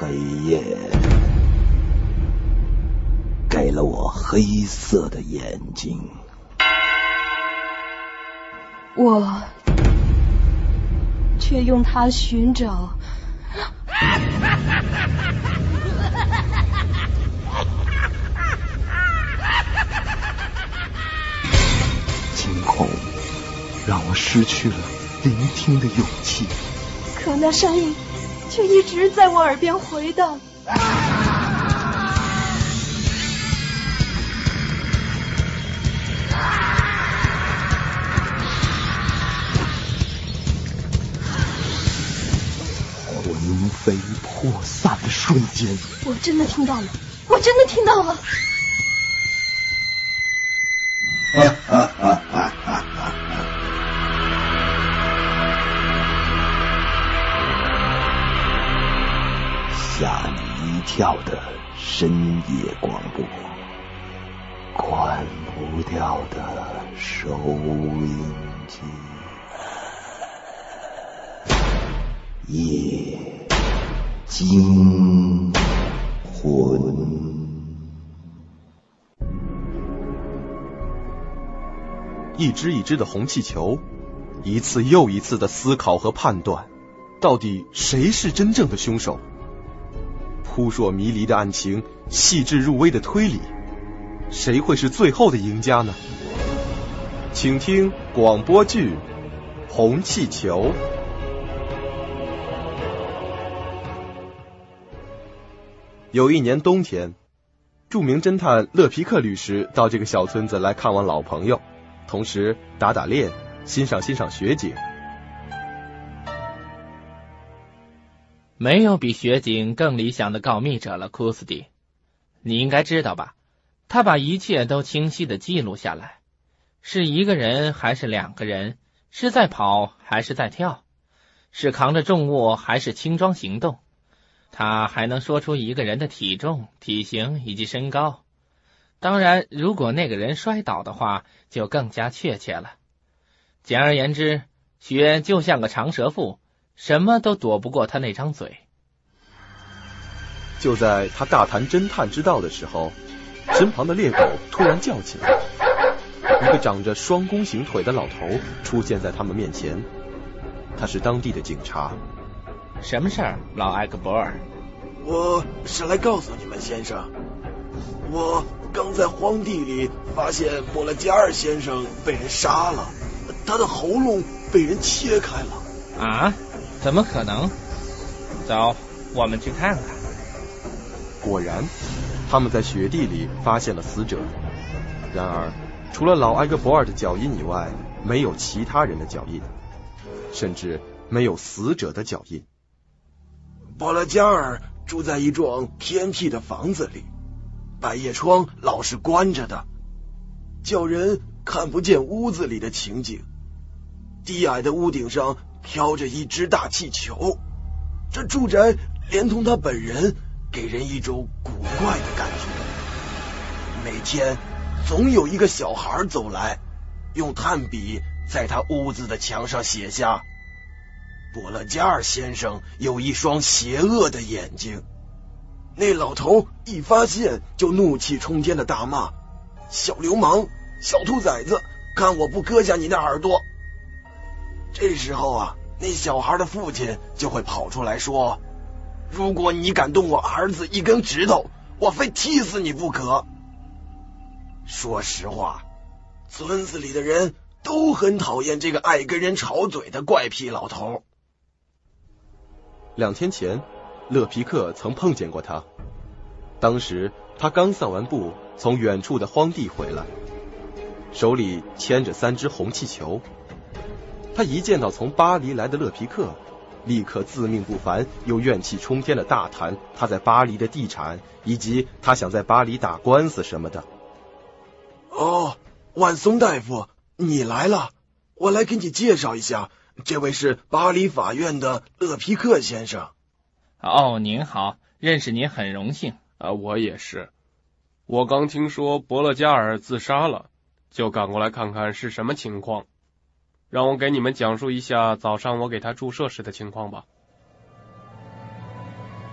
黑夜给了我黑色的眼睛， 我却用它寻找惊恐让我失去了聆听的勇气， 可那声音却一直在我耳边回荡。 魂飞魄散的瞬间， 我真的听到了，我真的听到了。 吓你一跳的深夜广播，关不掉的收音机，夜惊魂。 一只一只的红气球，一次又一次的思考和判断，到底谁是真正的凶手？扑朔迷离的案情，细致入微的推理，谁会是最后的赢家呢？请听广播剧《红气球》。有一年冬天，著名侦探勒皮克律师到这个小村子来看望老朋友，同时打打猎，欣赏欣赏雪景。 没有比雪景更理想的告密者了，库斯蒂。你应该知道吧，他把一切都清晰地记录下来，是一个人还是两个人，是在跑还是在跳，是扛着重物还是轻装行动。他还能说出一个人的体重、体型以及身高。当然，如果那个人摔倒的话，就更加确切了。简而言之，雪就像个长舌妇，什么都躲不过他那张嘴。 就在他大谈侦探之道的时候，身旁的猎狗突然叫起来。一个长着双弓形腿的老头出现在他们面前，他是当地的警察。 什么事儿，老埃格博尔？ 我是来告诉你们，先生，我刚在荒地里发现莫勒加尔先生被人杀了，他的喉咙被人切开了。 啊？怎么可能？走，我们去看看。 果然，他们在雪地里发现了死者。然而，除了老埃格博尔的脚印以外，没有其他人的脚印，甚至没有死者的脚印。 莫勒加尔住在一幢偏僻的房子里，百叶窗老是关着的，叫人看不见屋子里的情景。低矮的屋顶上飘着一只大气球，这住宅连同他本人给人一种古怪的感觉。每天总有一个小孩走来，用炭笔在他屋子的墙上写下：博勒加尔先生有一双邪恶的眼睛。那老头一发现就怒气冲天的大骂：小流氓，小兔崽子，看我不割下你那耳朵！这时候啊，那小孩的父亲就会跑出来说：如果你敢动我儿子一根指头，我非踢死你不可。说实话，村子里的人都很讨厌这个爱跟人吵嘴的怪癖老头。 2天前，勒皮克曾碰见过他。当时他刚散完步，从远处的荒地回来，手里牵着3只红气球。他一见到从巴黎来的勒皮克，立刻自命不凡又怨气冲天的大谈他在巴黎的地产，以及他想在巴黎打官司什么的。 哦，万松大夫，你来了，我来给你介绍一下，这位是巴黎法院的勒皮克先生。 哦，您好，认识您很荣幸。 我也是。我刚听说博勒加尔自杀了，就赶过来看看是什么情况。让我给你们讲述一下早上我给他注射时的情况吧。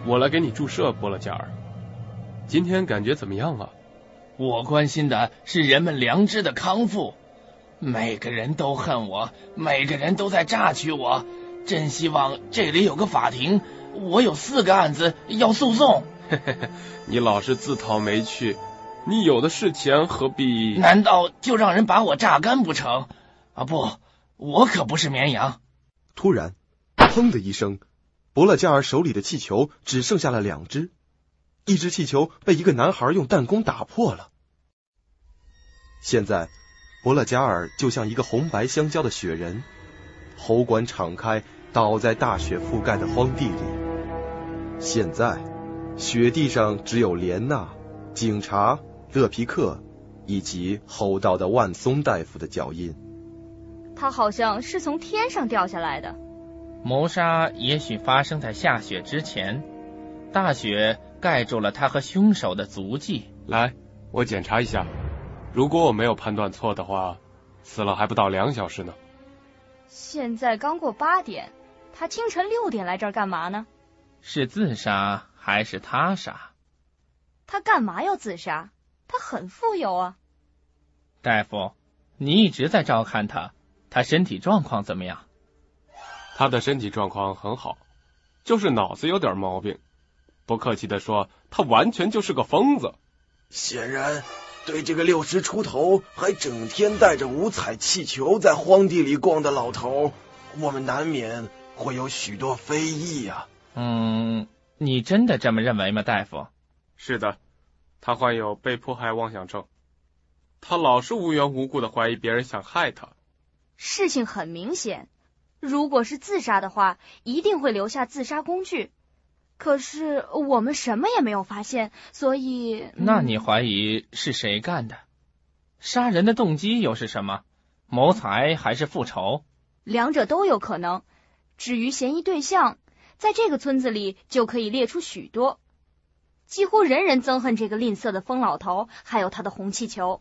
我来给你注射，波勒加尔。今天感觉怎么样啊？ 我关心的是人们良知的康复。每个人都恨我，每个人都在榨取我。真希望这里有个法庭，我有4个案子要诉讼。 你老是自讨没趣，你有的是钱，何必？ 难道就让人把我榨干不成？啊不，我可不是绵羊。 突然，砰的一声，伯勒加尔手里的气球只剩下了2只，一只气球被一个男孩用弹弓打破了。现在，伯勒加尔就像一个红白相交的雪人，喉管敞开，倒在大雪覆盖的荒地里。现在，雪地上只有莲娜、警察、勒皮克以及厚道的万松大夫的脚印。 他好像是从天上掉下来的。 谋杀也许发生在下雪之前，大雪盖住了他和凶手的足迹。 来，我检查一下，如果我没有判断错的话，死了还不到2小时呢。 现在刚过8点，他清晨6点来这儿干嘛呢？ 是自杀还是他杀？ 他干嘛要自杀？他很富有啊。 大夫，你一直在照看他，他身体状况怎么样？ 他的身体状况很好，就是脑子有点毛病。不客气地说，他完全就是个疯子。 显然，对这个60出头还整天带着5彩气球在荒地里逛的老头，我们难免会有许多非议啊。 你真的这么认为吗，大夫？ 是的，他患有被迫害妄想症，他老是无缘无故的怀疑别人想害他。 事情很明显，如果是自杀的话，一定会留下自杀工具。可是我们什么也没有发现，所以…… 那你怀疑是谁干的？杀人的动机又是什么？谋财还是复仇？ 2者都有可能。至于嫌疑对象，在这个村子里就可以列出许多，几乎人人憎恨这个吝啬的疯老头，还有他的红气球。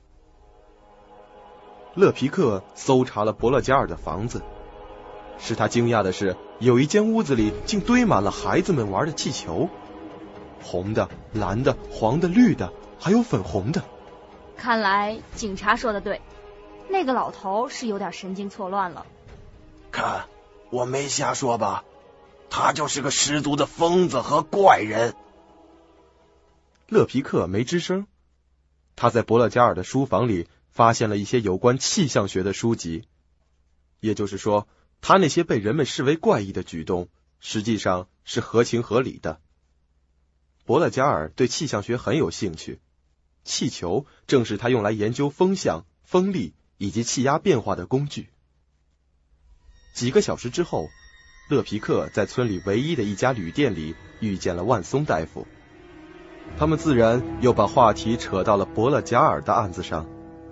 勒皮克搜查了伯勒加尔的房子，使他惊讶的是，有一间屋子里竟堆满了孩子们玩的气球，红的、蓝的、黄的、绿的，还有粉红的。 看来警察说的对，那个老头是有点神经错乱了。 看，我没瞎说吧？他就是个十足的疯子和怪人。 勒皮克没吱声，他在伯勒加尔的书房里发现了一些有关气象学的书籍，也就是说，他那些被人们视为怪异的举动，实际上是合情合理的。伯勒加尔对气象学很有兴趣，气球正是他用来研究风向、风力以及气压变化的工具。几个小时之后，勒皮克在村里唯一的一家旅店里遇见了万松大夫，他们自然又把话题扯到了伯勒加尔的案子上。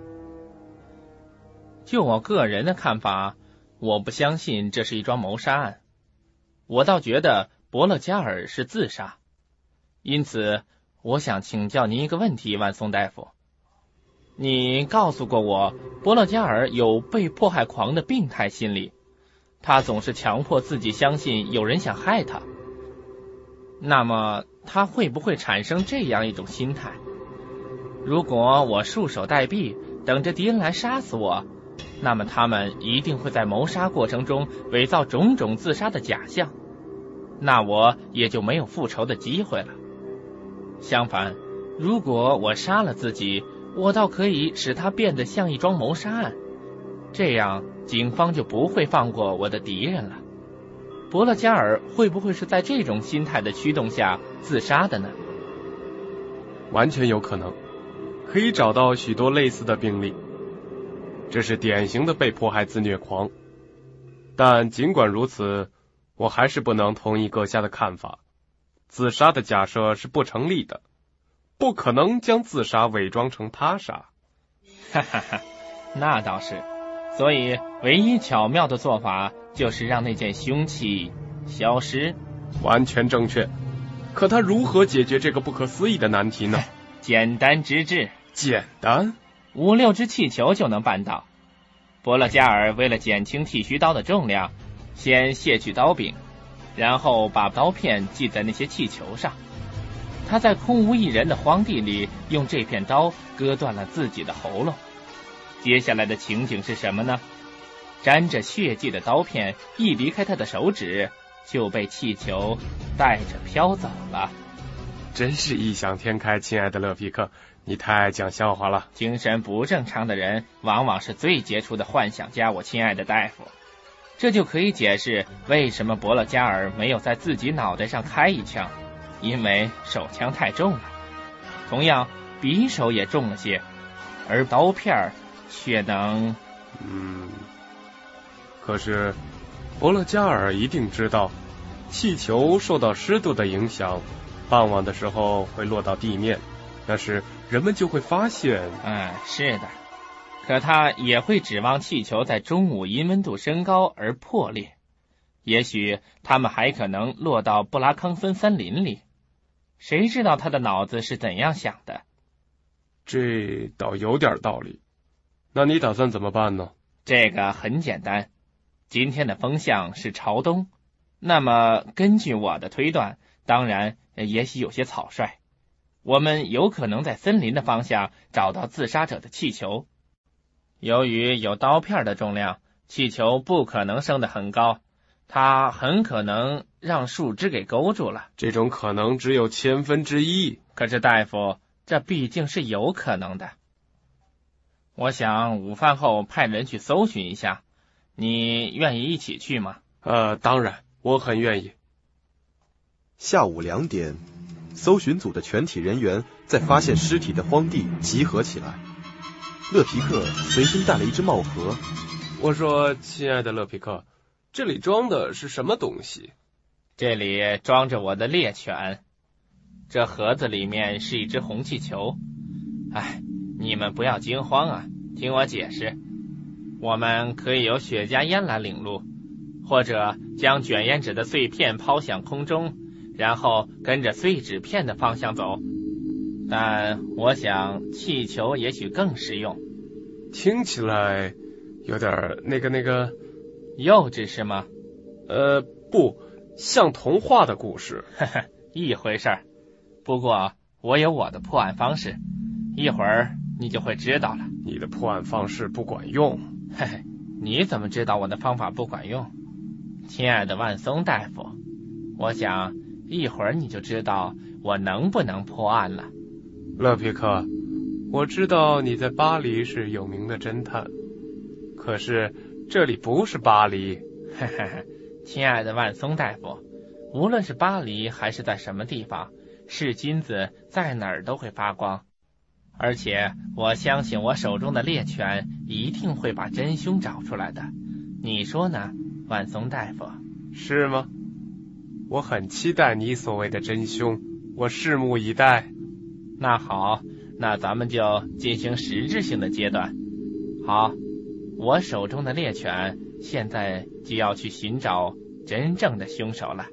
就我个人的看法，我不相信这是一桩谋杀案，我倒觉得伯勒加尔是自杀。因此，我想请教您一个问题，万松大夫。你告诉过我，伯勒加尔有被迫害狂的病态心理，他总是强迫自己相信有人想害他。那么，他会不会产生这样一种心态？如果我束手待毙，等着敌人来杀死我，那么他们一定会在谋杀过程中伪造种种自杀的假象，那我也就没有复仇的机会了。相反，如果我杀了自己，我倒可以使它变得像一桩谋杀案，这样警方就不会放过我的敌人了。伯勒加尔会不会是在这种心态的驱动下自杀的呢？ 完全有可能，可以找到许多类似的病例。这是典型的被迫害自虐狂，但尽管如此，我还是不能同意阁下的看法。自杀的假设是不成立的，不可能将自杀伪装成他杀。 哈哈哈，那倒是。所以，唯一巧妙的做法就是让那件凶器消失。 完全正确。可他如何解决这个不可思议的难题呢？ 简单直至。 简单 ？5、6只气球就能办到。伯勒加尔为了减轻剃须刀的重量，先卸去刀柄， 然后把刀片系在那些气球上。他在空无一人的荒地里用这片刀割断了自己的喉咙。接下来的情景是什么呢？沾着血迹的刀片一离开他的手指，就被气球带着飘走了。 真是异想天开，亲爱的勒皮克，你太爱讲笑话了。 精神不正常的人往往是最杰出的幻想家，我亲爱的大夫。这就可以解释为什么伯乐加尔没有在自己脑袋上开一枪，因为手枪太重了。同样，匕首也重了些，而刀片却能…… 可是伯乐加尔一定知道，气球受到湿度的影响，傍晚的时候会落到地面，那时人们就会发现…… 是的。可他也会指望气球在中午因温度升高而破裂，也许他们还可能落到布拉康森森林里。谁知道他的脑子是怎样想的？ 这倒有点道理。那你打算怎么办呢？ 这个很简单，今天的风向是朝东，那么根据我的推断，当然也许有些草率，我们有可能在森林的方向找到自杀者的气球。由于有刀片的重量，气球不可能升得很高，它很可能让树枝给勾住了。 这种可能只有1/1000。 可是大夫，这毕竟是有可能的。我想午饭后派人去搜寻一下，你愿意一起去吗？ 当然，我很愿意。 下午2点，搜寻组的全体人员在发现尸体的荒地集合起来。勒皮克随身带了一只帽盒。 我说，亲爱的勒皮克，这里装的是什么东西？ 这里装着我的猎犬。这盒子里面是一只红气球。你们不要惊慌啊，听我解释。我们可以由雪茄烟来领路，或者将卷烟纸的碎片抛向空中，然后跟着碎纸片的方向走。但我想气球也许更实用。 听起来有点那个幼稚是吗？ 不像童话的故事。 一回事儿。不过我有我的破案方式，一会儿你就会知道了。 你的破案方式不管用。 你怎么知道我的方法不管用？亲爱的万松大夫，我想一会儿你就知道我能不能破案了。 勒皮克，我知道你在巴黎是有名的侦探，可是这里不是巴黎。 亲爱的万松大夫，无论是巴黎还是在什么地方，是金子在哪儿都会发光。而且我相信我手中的猎犬一定会把真凶找出来的。你说呢，万松大夫？ 是吗？我很期待你所谓的真凶，我拭目以待。 那好，那咱们就进行实质性的阶段。好，我手中的猎犬现在就要去寻找真正的凶手了。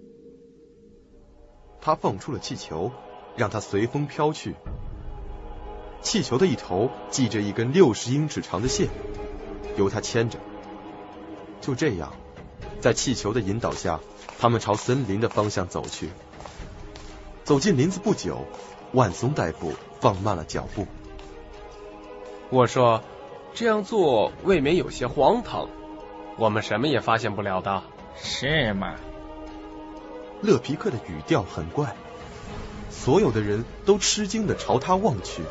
他放出了气球，让它随风飘去。气球的一头系着一根60英尺长的线，由他牵着。就这样，在气球的引导下，他们朝森林的方向走去。走进林子不久，万松大夫放慢了脚步。 我说，这样做未免有些荒唐，我们什么也发现不了的。 是吗？ 勒皮克的语调很怪，所有的人都吃惊地朝他望去。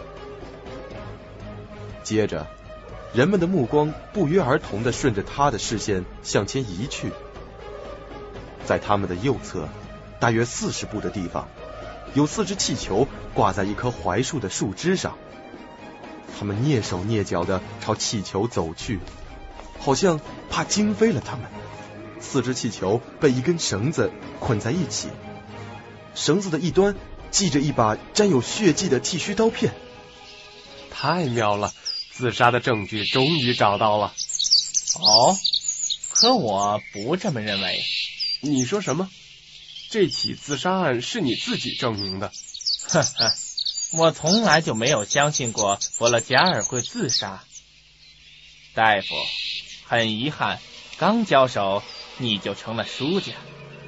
接着，人们的目光不约而同地顺着他的视线向前移去。在他们的右侧，大约40步的地方，有4只气球挂在一棵槐树的树枝上。他们蹑手蹑脚地朝气球走去，好像怕惊飞了他们。4只气球被一根绳子捆在一起，绳子的一端系着一把沾有血迹的剃须刀片。 太妙了，自杀的证据终于找到了。 哦，可我不这么认为。 你说什么？这起自杀案是你自己证明的？ 我从来就没有相信过伯乐加尔会自杀。大夫，很遗憾，刚交手你就成了输家。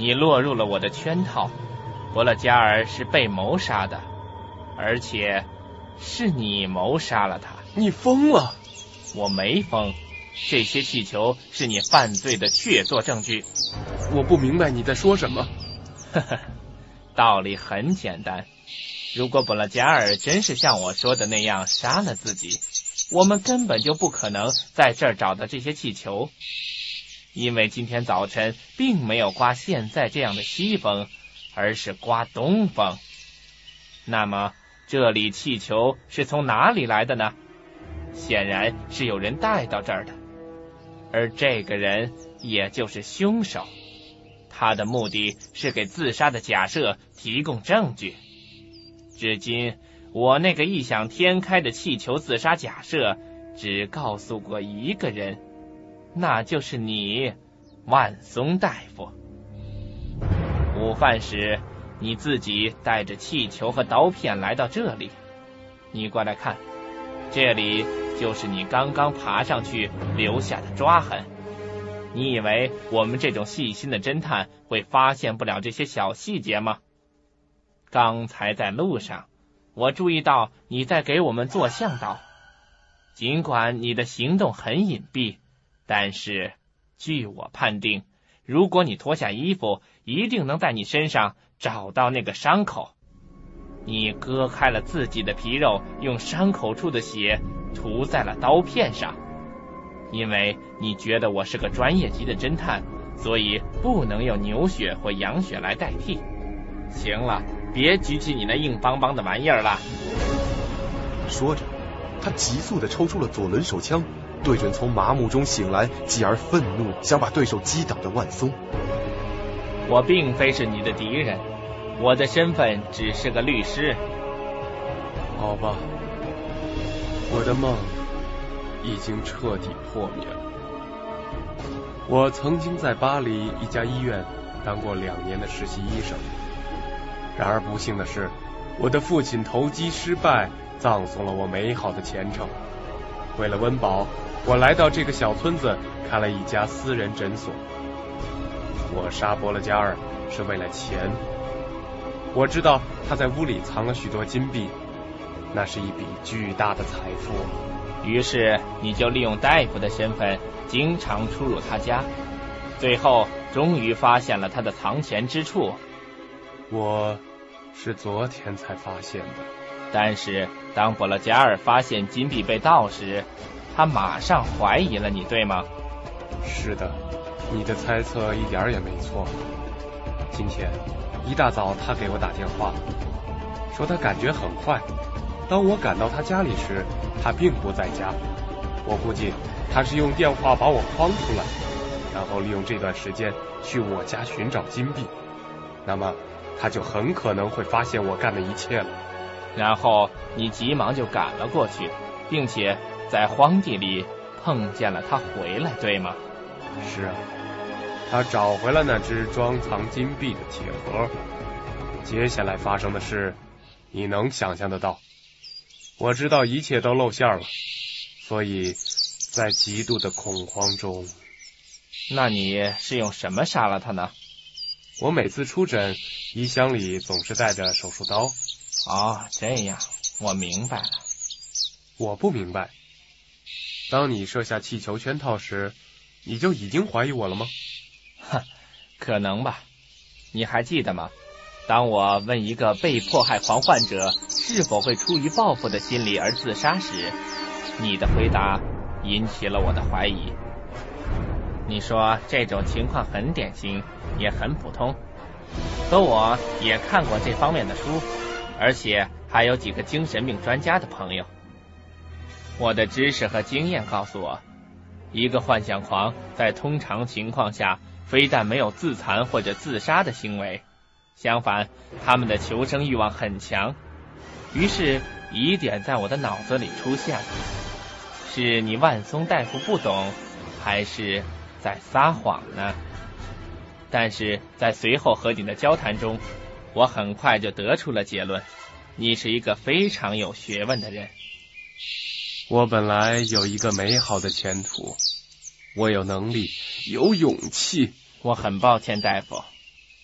你落入了我的圈套，伯勒加尔是被谋杀的，而且是你谋杀了他。 你疯了！ 我没疯，这些气球是你犯罪的确凿证据。 我不明白你在说什么。 呵呵，道理很简单，如果伯勒加尔真是像我说的那样杀了自己，我们根本就不可能在这儿找到这些气球，因为今天早晨并没有刮现在这样的西风，而是刮东风。那么这里气球是从哪里来的呢？显然是有人带到这儿的，而这个人也就是凶手，他的目的是给自杀的假设提供证据。至今我那个异想天开的气球自杀假设只告诉过一个人，那就是你，万松大夫。午饭时你自己带着气球和刀片来到这里，你过来看，这里就是你刚刚爬上去留下的抓痕。你以为我们这种细心的侦探会发现不了这些小细节吗？刚才在路上，我注意到你在给我们做向导，尽管你的行动很隐蔽，但是据我判定，如果你脱下衣服，一定能在你身上找到那个伤口。你割开了自己的皮肉，用伤口处的血涂在了刀片上。因为你觉得我是个专业级的侦探，所以不能用牛血或羊血来代替。行了，别举起你那硬邦邦的玩意儿了。 说着，他急速地抽出了左轮手枪，对准从麻木中醒来继而愤怒想把对手击倒的万松。 我并非是你的敌人，我的身份只是个律师。 好吧，我的梦已经彻底破灭了。我曾经在巴黎一家医院当过2年的实习医生，然而不幸的是，我的父亲投机失败，葬送了我美好的前程。为了温饱，我来到这个小村子开了一家私人诊所。我杀伯勒加尔是为了钱，我知道他在屋里藏了许多金币，那是一笔巨大的财富。 于是你就利用大夫的身份经常出入他家，最后终于发现了他的藏钱之处。 我是昨天才发现的。 但是当伯勒加尔发现金币被盗时，他马上怀疑了你，对吗？ 是的，你的猜测一点也没错。今天一大早他给我打电话，说他感觉很坏。当我赶到他家里时，他并不在家。我估计他是用电话把我诓出来，然后利用这段时间去我家寻找金币。那么他就很可能会发现我干的一切了。 然后你急忙就赶了过去，并且在荒地里碰见了他回来，对吗？ 是啊，他找回了那只装藏金币的铁盒。接下来发生的事你能想象得到。我知道一切都露馅了，所以在极度的恐慌中。 那你是用什么杀了他呢？ 我每次出诊，衣箱里总是带着手术刀。 哦，这样，我明白了。 我不明白，当你设下气球圈套时，你就已经怀疑我了吗？ 可能吧。你还记得吗？当我问一个被迫害狂患者是否会出于报复的心理而自杀时，你的回答引起了我的怀疑。你说这种情况很典型，也很普通，可我也看过这方面的书，而且还有几个精神病专家的朋友。我的知识和经验告诉我，一个幻想狂在通常情况下非但没有自残或者自杀的行为，相反，他们的求生欲望很强。于是疑点在我的脑子里出现了，是你万松大夫不懂，还是在撒谎呢？但是在随后和你的交谈中，我很快就得出了结论，你是一个非常有学问的人。 我本来有一个美好的前途，我有能力，有勇气。 我很抱歉，大夫，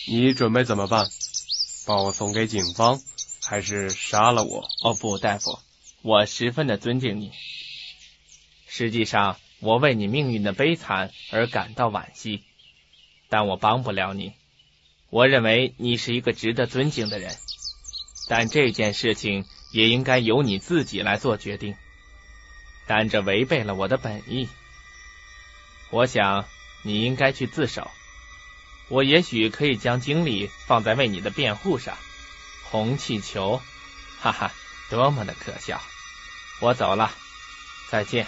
你准备怎么办？把我送给警方，还是杀了我？ 哦不，大夫，我十分的尊敬你。实际上，我为你命运的悲惨而感到惋惜，但我帮不了你。我认为你是一个值得尊敬的人，但这件事情也应该由你自己来做决定，但这违背了我的本意。我想你应该去自首，我也许可以将精力放在为你的辩护上。红气球，哈哈，多么的可笑！我走了，再见。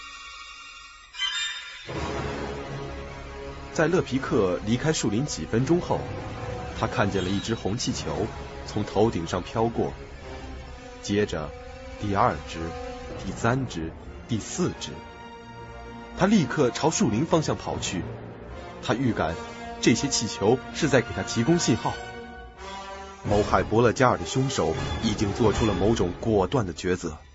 在勒皮克离开树林几分钟后，他看见了一只红气球从头顶上飘过，接着第二只、第三只、第四只。他立刻朝树林方向跑去，他预感这些气球是在给他提供信号。谋害伯勒加尔的凶手已经做出了某种果断的抉择。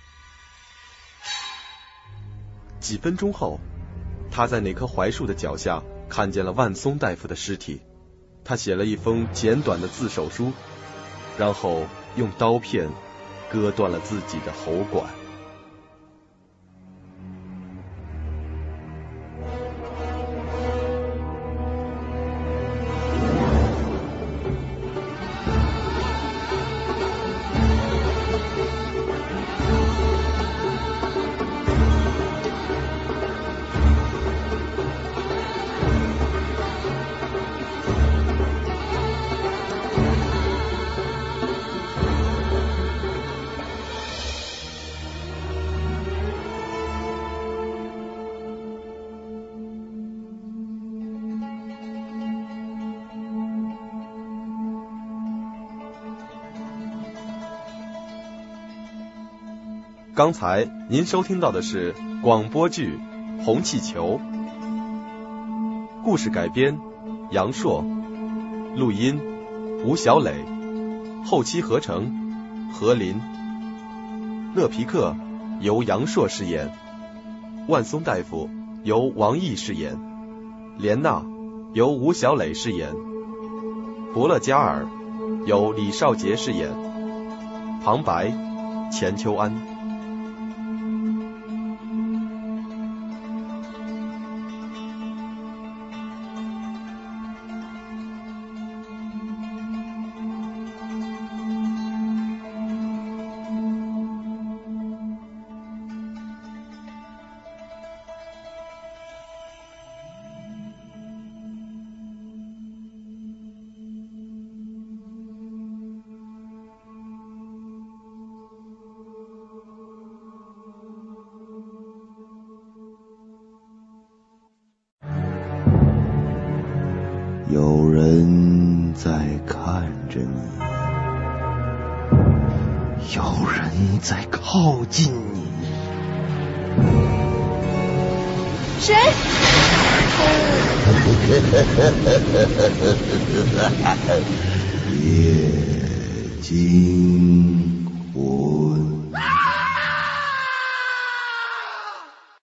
几分钟后，他在那棵槐树的脚下看见了万松大夫的尸体。他写了一封简短的自首书，然后用刀片割断了自己的喉管。刚才您收听到的是广播剧《红气球》，故事改编杨朔，录音吴小磊，后期合成何林。勒皮克由杨朔饰演，万松大夫由王毅饰演，莲娜由吴小磊饰演，伯勒加尔由李少杰饰演，旁白钱秋安。 有人在看着你，有人在靠近你。 谁？ 夜惊魂。